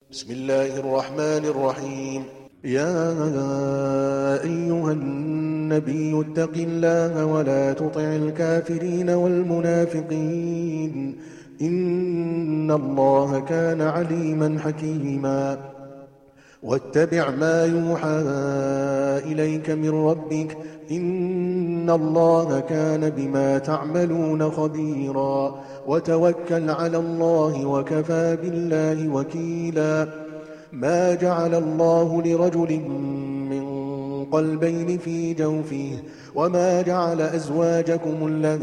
بسم الله الرحمن الرحيم. يا أيها النبي اتق الله ولا تطع الكافرين والمنافقين إن الله كان عليما حكيما. واتبع ما يوحى إليك من ربك إن الله كان بما تعملون خبيرا. وتوكل على الله وكفى بالله وكيلا. ما جعل الله لرجل من قلبين في جوفه وما جعل أزواجكم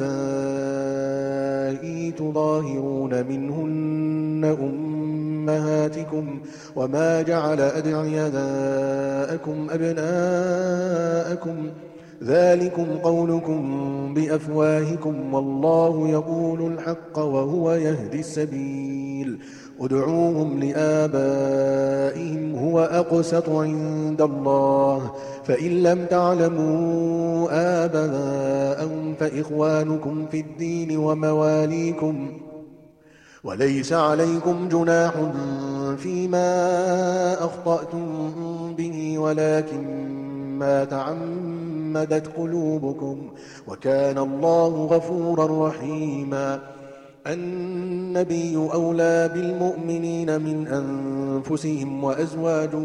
اللذائي تظاهرون منهن أمهاتكم وما جعل أدعياءكم أبناءكم ذلكم قولكم بأفواهكم والله يقول الحق وهو يهدي السبيل. ادعوهم لآبائهم هو أقسط عند الله فإن لم تعلموا آباءهم فإخوانكم في الدين ومواليكم وليس عليكم جناح فيما أخطأتم به ولكن ما تعمدت قلوبكم وكان الله غفورا رحيما. النبي أولى بالمؤمنين من أنفسهم وأزواجه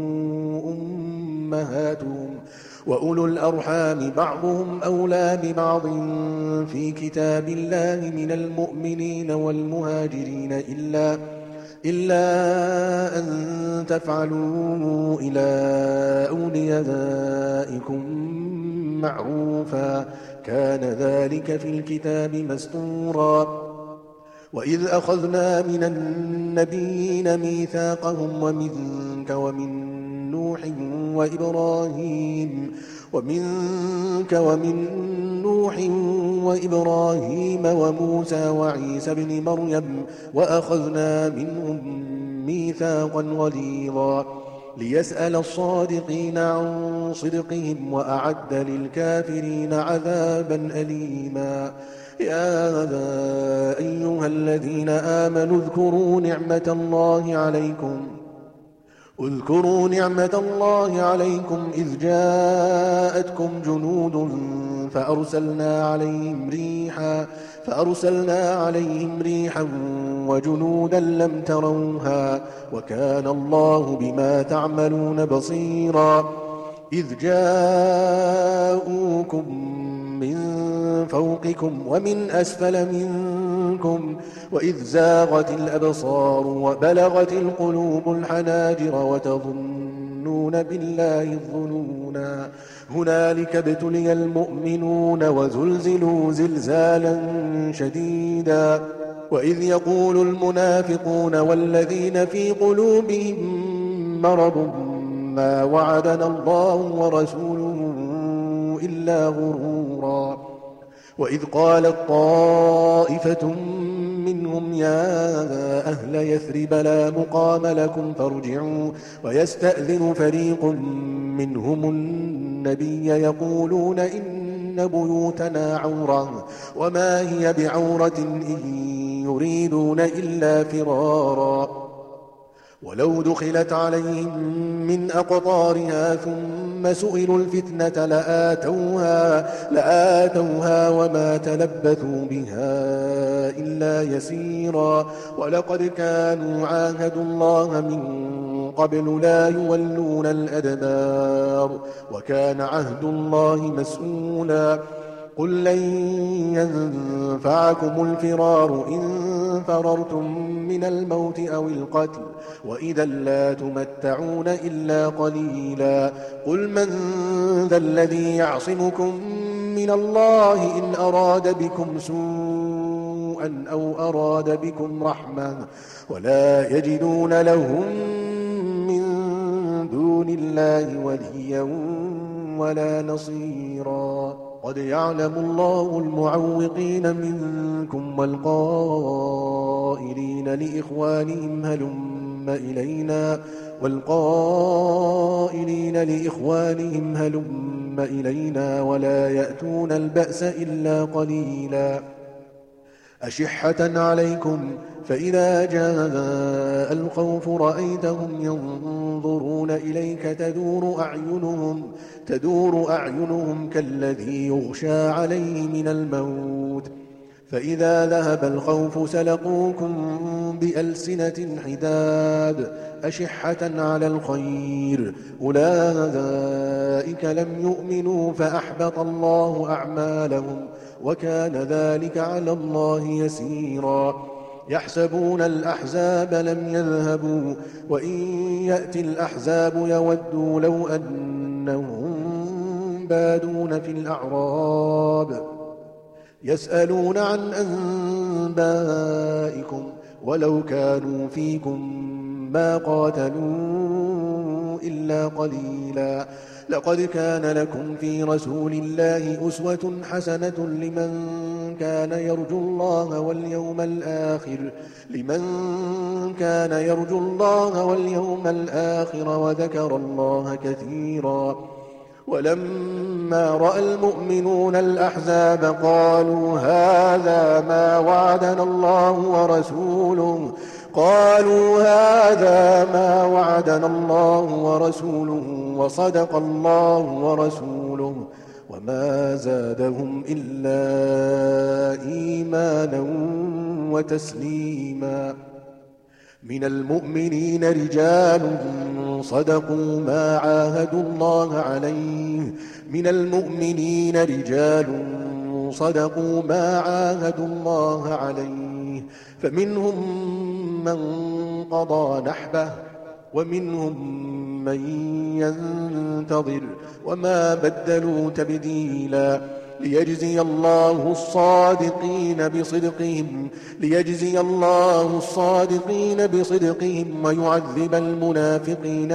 أمهاتهم وأولو الأرحام بعضهم أولى ببعض في كتاب الله من المؤمنين والمهاجرين إلا أن تفعلوا إلى أوليائكم معروفا كان ذلك في الكتاب مسطورا. وإذ أخذنا من النبيين ميثاقهم ومنك ومن نوح وإبراهيم وموسى وعيسى بن مريم وأخذنا منهم ميثاقا غليظا ليسأل الصادقين عن صدقهم وأعد للكافرين عذابا أليما. يا أيها الذين آمنوا اذكروا نعمة الله عليكم إذ جاءتكم جنود فأرسلنا عليهم ريحا وجنودا لم تروها وكان الله بما تعملون بصيرا. إذ جاءوكم من فوقكم ومن أسفل منكم وإذ زاغت الأبصار وبلغت القلوب الحناجر وتظنون بالله الظنونا هنالك ابتلي المؤمنون وزلزلوا زلزالا شديدا. وإذ يقول المنافقون والذين في قلوبهم مرض ما وعدنا الله ورسوله إلا غرورا. وإذ قالت طائفة منهم يا أهل يثرب لا مقام لكم فارجعوا ويستأذن فريق منهم النبي يقولون إن بيوتنا عورة وما هي بعورة إن يريدون إلا فرارا. ولو دخلت عليهم من أقطارها ثم سئلوا الفتنة لآتوها وما تلبثوا بها إلا يسيرا. ولقد كانوا عاهدوا الله من قبل لا يولون الأدبار وكان عهد الله مسؤولا. قل لن ينفعكم الفرار إن فررتم من الموت أو القتل وإذا لا تمتعون إلا قليلا. قل من ذا الذي يعصمكم من الله إن أراد بكم سوءا أو أراد بكم رحمة ولا يجدون لهم من دون الله وليا ولا نصيرا. قد يعلم الله المعوقين منكم والقائلين لإخوانهم هلم إلينا ولا يأتون البأس إلا قليلا. أشحة عليكم فإذا جاء الخوف رأيتهم ينظرون إليك تدور أعينهم كالذي يغشى عليه من الموت فإذا ذهب الخوف سلقوكم بألسنة حداد أشحة على الخير أولئك لم يؤمنوا فأحبط الله أعمالهم وكان ذلك على الله يسيرا يحسبون الأحزاب لم يذهبوا وإن يأتي الأحزاب يودوا لو أنهم بادون في الأعراب يسألون عن أنبائكم ولو كانوا فيكم ما قاتلوا إلا قليلا لقد كان لكم في رسول الله أسوة حسنة لمن كان يرجو الله واليوم الآخر وذكر الله كثيرا ولما رأى المؤمنون الأحزاب قالوا هذا ما وعدنا الله ورسوله وصدق الله ورسوله وما زادهم إلا إيمانا وتسليما من المؤمنين رجال صدقوا ما عاهدوا الله عليه فمنهم من قضى نحبه ومنهم من ينتظر وما بدلوا تبديلا ليجزي الله الصادقين بصدقهم ويعذب المنافقين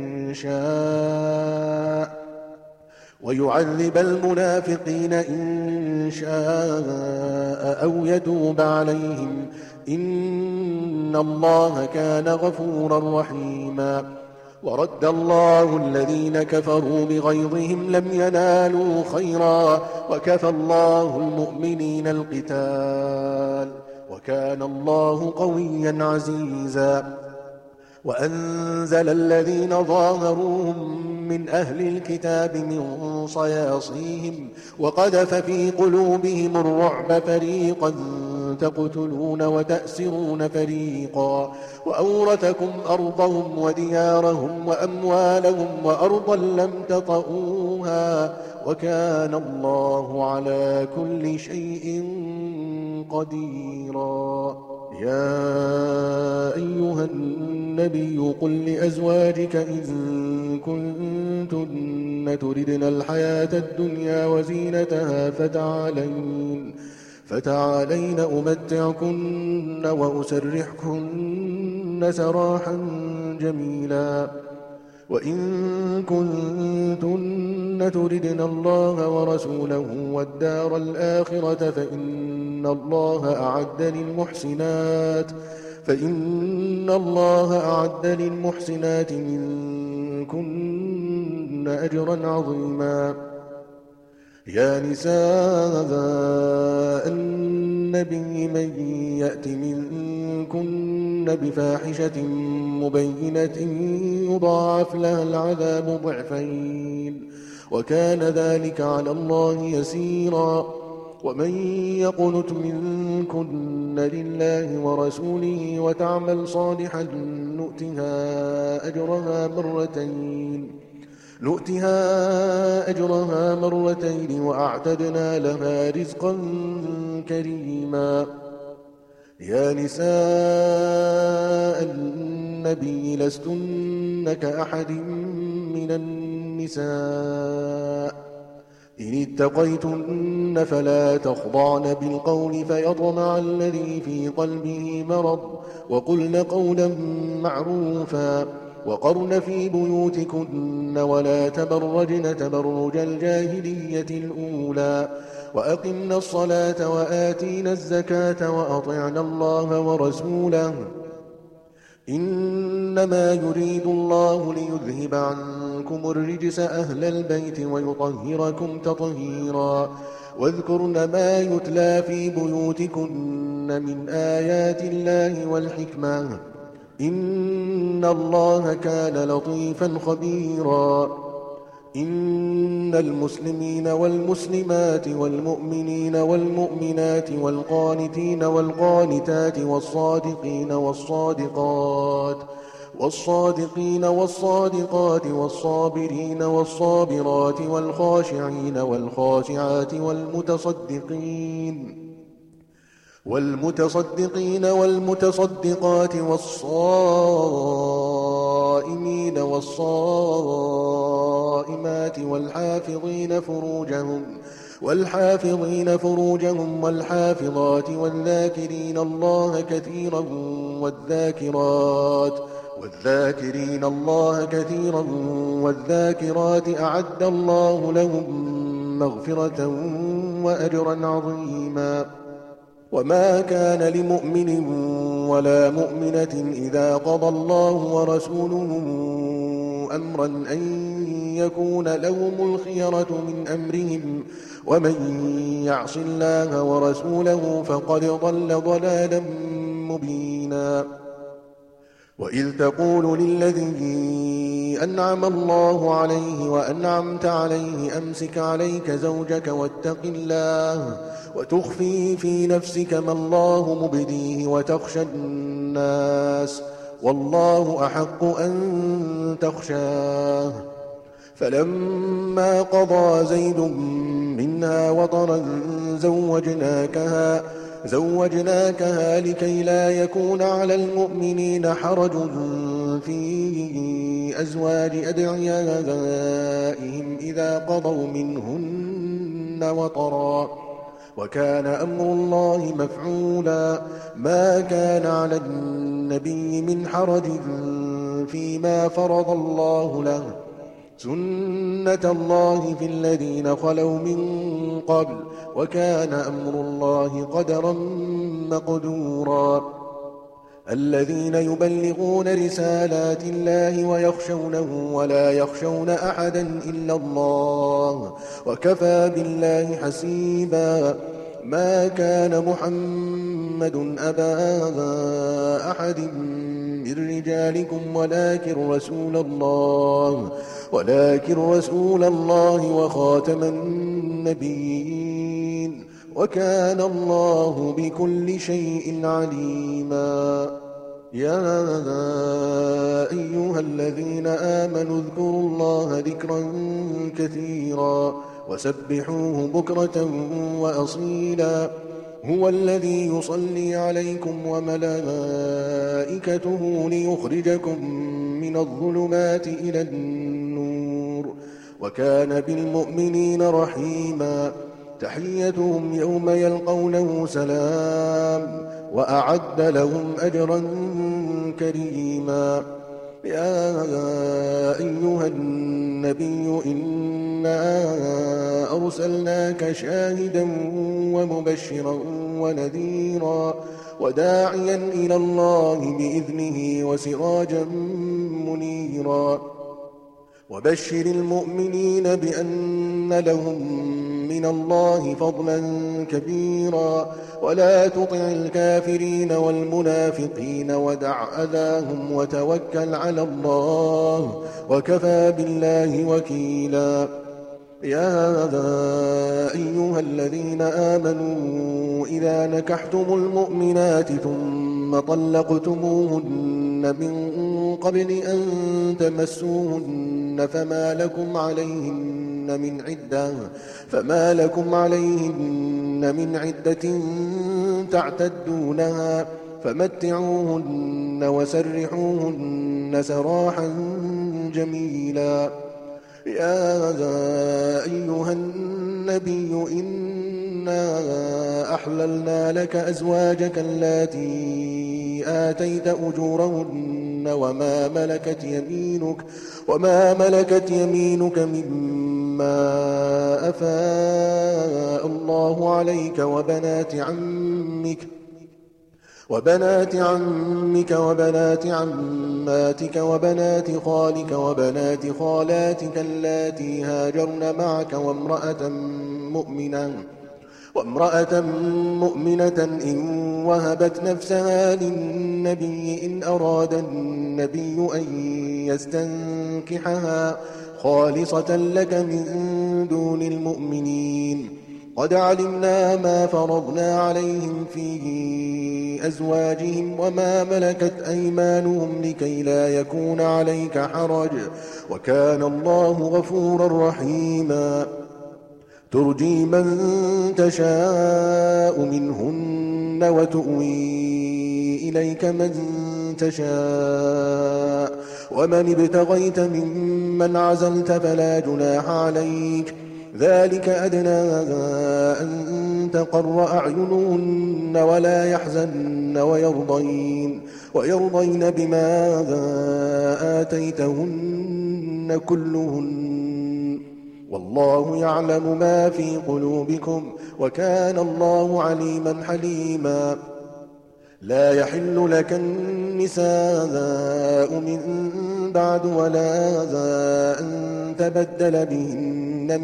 إن شاء أو يتوب عليهم إن الله كان غفورا رحيما ورد الله الذين كفروا بغيظهم لم ينالوا خيرا وكفى الله المؤمنين القتال وكان الله قويا عزيزا وأنزل الذين ظاهروهم من أهل الكتاب من صياصيهم وقذف في قلوبهم الرعب فريقا تقتلون وتأسرون فريقا وأورثكم أرضهم وديارهم وأموالهم وأرضا لم تطئوها وكان الله على كل شيء قديرا يا أيها النبي قل لأزواجك إن كنتن تردن الحياة الدنيا وزينتها فتعالين أمتعكن وأسرحكن سراحا جميلا وإن كنتن تردن الله ورسوله والدار الآخرة فإن الله أعد للمحسنات منكن أجرا عظيما يا نساء النبي من يأت منكن بفاحشة مبينة يضاعف لها العذاب ضعفين وكان ذلك على الله يسيرا ومن يقنت منكن لله ورسوله وتعمل صالحا نؤتها أجرها مرتين وأعتدنا لها رزقا كريما يا نساء النبي لستن كأحد من النساء إن اتقيتن فلا تخضعن بالقول فيطمع الذي في قلبه مرض وقلن قولا معروفا وقرن في بيوتكن ولا تبرجن تبرج الجاهلية الأولى وأقمنا الصلاة وآتينا الزكاة وأطعنا الله ورسوله إنما يريد الله ليذهب عنكم عنكم الرجس أهل البيت ويطهركم تطهيرا واذكرن ما يتلى في بيوتكن من آيات الله والحكمة إن الله كان لطيفا خبيرا إن المسلمين والمسلمات والمؤمنين والمؤمنات والقانتين والقانتات والصادقين والصادقات والصابرين والصابرات والخاشعين والخاشعات والمتصدقين والمتصدقات والصائمين والصائمات والحافظين فروجهم والحافظات والذاكرين الله كثيرا والذاكرين الله كثيرا والذاكرات أعد الله لهم مغفرة وأجرا عظيما وما كان لمؤمن ولا مؤمنة إذا قضى الله ورسوله أمرا أن يكون لهم الخيرة من أمرهم ومن يعص الله ورسوله فقد ضل ضلالا مبينا وإذ تقول للذي أنعم الله عليه وأنعمت عليه أمسك عليك زوجك واتق الله وتخفي في نفسك ما الله مبديه وتخشى الناس والله أحق أن تخشاه فلما قضى زيد منها وطرا زوجناكها لكي لا يكون على المؤمنين حرج في أزواج أدعيائهم إذا قضوا منهن وطرا وكان أمر الله مفعولا ما كان على النبي من حرج فيما فرض الله له سنة الله في الذين خلوا من قبل وكان أمر الله قدرا مقدورا الذين يبلغون رسالات الله ويخشونه ولا يخشون أحدا إلا الله وكفى بالله حسيبا ما كان محمد أبا أحد من رجالكم ولكن رسول الله وخاتم النبيين وكان الله بكل شيء عليما يا أيها الذين آمنوا اذكروا الله ذكرا كثيرا وسبحوه بكرة وأصيلا هو الذي يصلي عليكم وملائكته ليخرجكم من الظلمات إلى النور وكان بالمؤمنين رحيما تحيتهم يوم يلقونه سلام وأعد لهم أجرا كريما يا أيها النبي إنا أرسلناك شاهدا ومبشرا ونذيرا وداعيا إلى الله بإذنه وسراجا منيرا وبشر المؤمنين بأن لهم من الله فضلا كبيرا ولا تطع الكافرين والمنافقين ودع أذاهم وتوكل على الله وكفى بالله وكيلا يا أيها الذين آمنوا إذا نكحتم المؤمنات ثم طلقتموهن من قبل أن تمسوهن فما لكم عليهن من عدة تعتدونها فمتعوهن وسرحوهن سراحا جميلا يا أيها النبي إنا أحللنا لك أزواجك اللاتي آتيت أجورهن وما ملكت يمينك مما أفاء الله عليك وبنات عمك وبنات عماتك وبنات خالك وبنات خالاتك اللاتي هاجرن معك وامرأة مؤمنة إن وهبت نفسها للنبي إن أراد النبي أن يستنكحها خالصة لك من دون المؤمنين. قد علمنا ما فرضنا عليهم في أزواجهم وما ملكت أيمانهم لكي لا يكون عليك حرج، وكان الله غفورا رحيما. ترجي من تشاء منهن وتؤوي إليك من تشاء، ومن ابتغيت ممن عزلت فلا جناح عليك، ذلك أدنى أن تقر أعينهن ولا يحزن ويرضين بما آتيتهن كلهن، والله يعلم ما في قلوبكم وكان الله عليما حليما. لا يحل لك النساء من بعد ولا أن تبدل بهن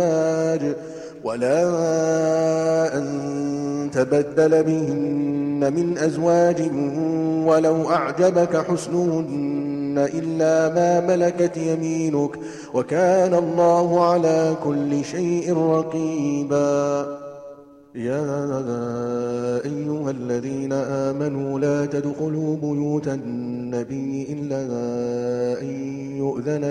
من أزواج ولو أعجبك حسنهن إلا ما ملكت يمينك، وكان الله على كل شيء رقيبا. يا أيها الذين آمنوا لا تدخلوا بيوت النبي إلا أن يؤذن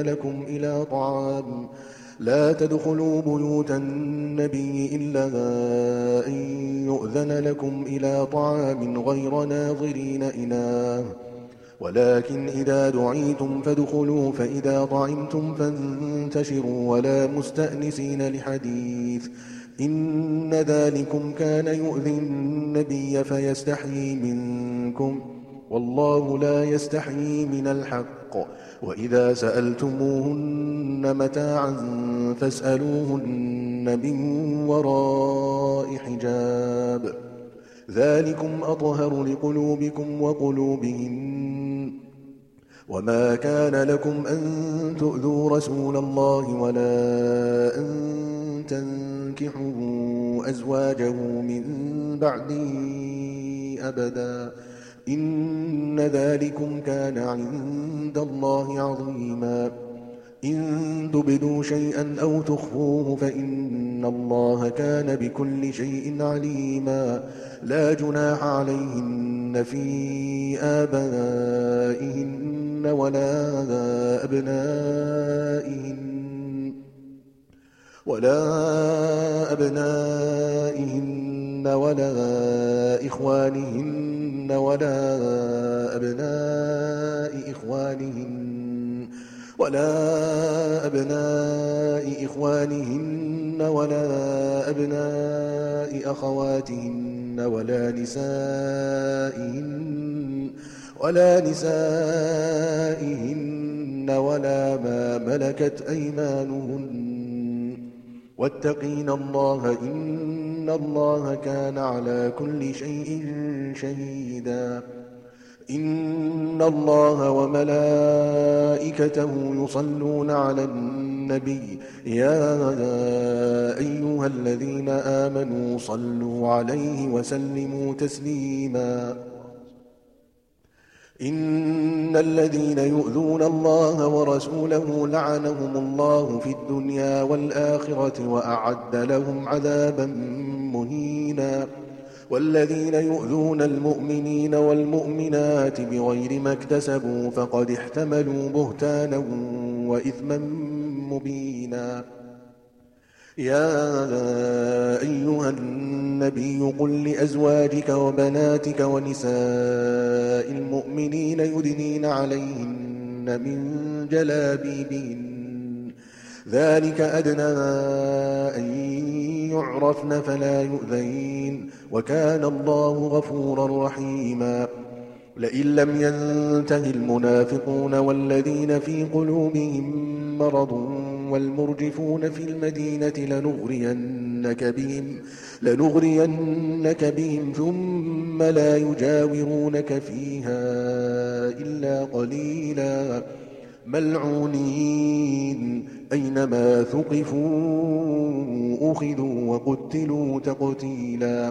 لكم إلى طعام غير ناظرين إناه، ولكن إذا دعيتم فادخلوا، فإذا طعمتم فانتشروا ولا مستأنسين لحديث، إن ذلكم كان يؤذي النبي فيستحيي منكم، والله لا يستحيي من الحق. وإذا سألتموهن متاعا فاسألوهن من وراء حجاب، ذلكم أطهر لقلوبكم وقلوبهن. وما كان لكم أن تؤذوا رسول الله ولا أن تنكحوا أزواجه من بعده أبدا، إن ذلكم كان عند الله عظيما. إن تبدوا شيئا أو تخفوه فإن الله كان بكل شيء عليما. لا جناح عليهن في آبائهن ولا أبنائهن ولا إخوانهن ولا أبناء إخوانهن ولا أبناء أخواتهن ولا نسائهن ولا ما ملكت أيمانهن، واتقين الله إن الله كان على كل شيء شهيدا. إن الله وملائكته يصلون على النبي يا أيها الذين آمنوا صلوا عليه وسلموا تسليما. إن الذين يؤذون الله ورسوله لعنهم الله في الدنيا والآخرة وأعد لهم عذابا مهينا. والذين يؤذون المؤمنين والمؤمنات بغير ما اكتسبوا فقد احتملوا بهتانا وإثما مبينا. يا أيها النبي قل لأزواجك وبناتك ونساء المؤمنين يدنين عليهن من جلابيبهن، ذلك أدنى أن يعرفن فلا يؤذين، وكان الله غفورا رحيما. لئن لم ينته المنافقون والذين في قلوبهم مرض والمرجفون في المدينة لنغرينك بهم ثم لا يجاورونك فيها إلا قليلا ملعونين أينما ثقفوا أخذوا وقتلوا تقتيلا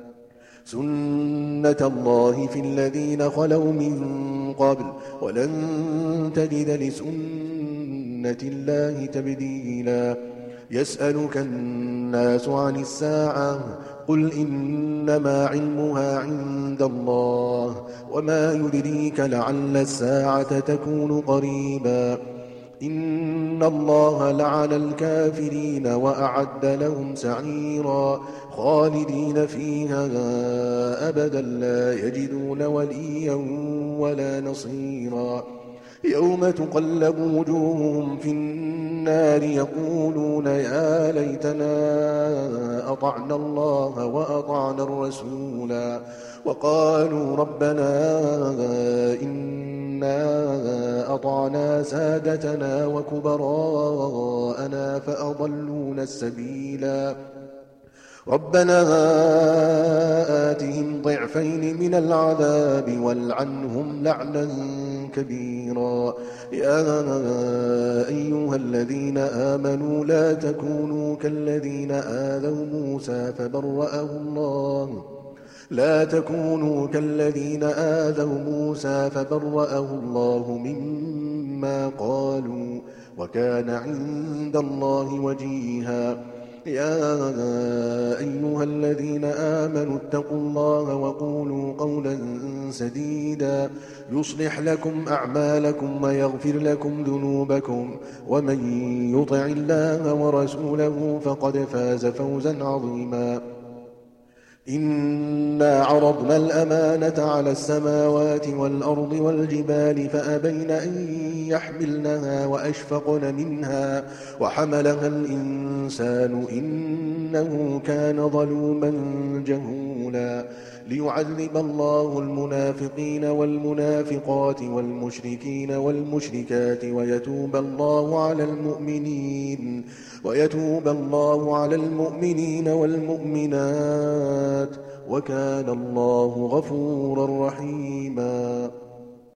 سنة الله في الذين خلوا من قبل ولن تجد لسنة الله تبديلا يسألك الناس عن الساعة قل إنما علمها عند الله وما يدريك لعل الساعة تكون قريبا إن الله لعن الكافرين وأعد لهم سعيرا خالدين فيها أبدا لا يجدون وليا ولا نصيرا يوم تقلب وجوههم في النار يقولون يا ليتنا أطعنا الله وأطعنا الرسولا وقالوا ربنا إنا أطعنا سادتنا وكبراءنا فأضلونا السبيلا ربنا آتهم ضعفين من العذاب والعنهم لعنا كبيرا يا أيها الذين آمنوا لا تكونوا كالذين آذوا موسى فبرأه الله مما قالوا وكان عند الله وجيها يا أيها الذين آمنوا اتقوا الله وقولوا قولا سديدا يصلح لكم أعمالكم ويغفر لكم ذنوبكم ومن يطع الله ورسوله فقد فاز فوزا عظيما إنا عرضنا الأمانة على السماوات والأرض والجبال فأبين أن يحملنها وأشفقن منها وحملها الإنسان إنه كان ظلوما جهولا ليعذب الله المنافقين والمنافقات والمشركين والمشركات ويتوب الله على المؤمنين والمؤمنات وكان الله غفورا رحيما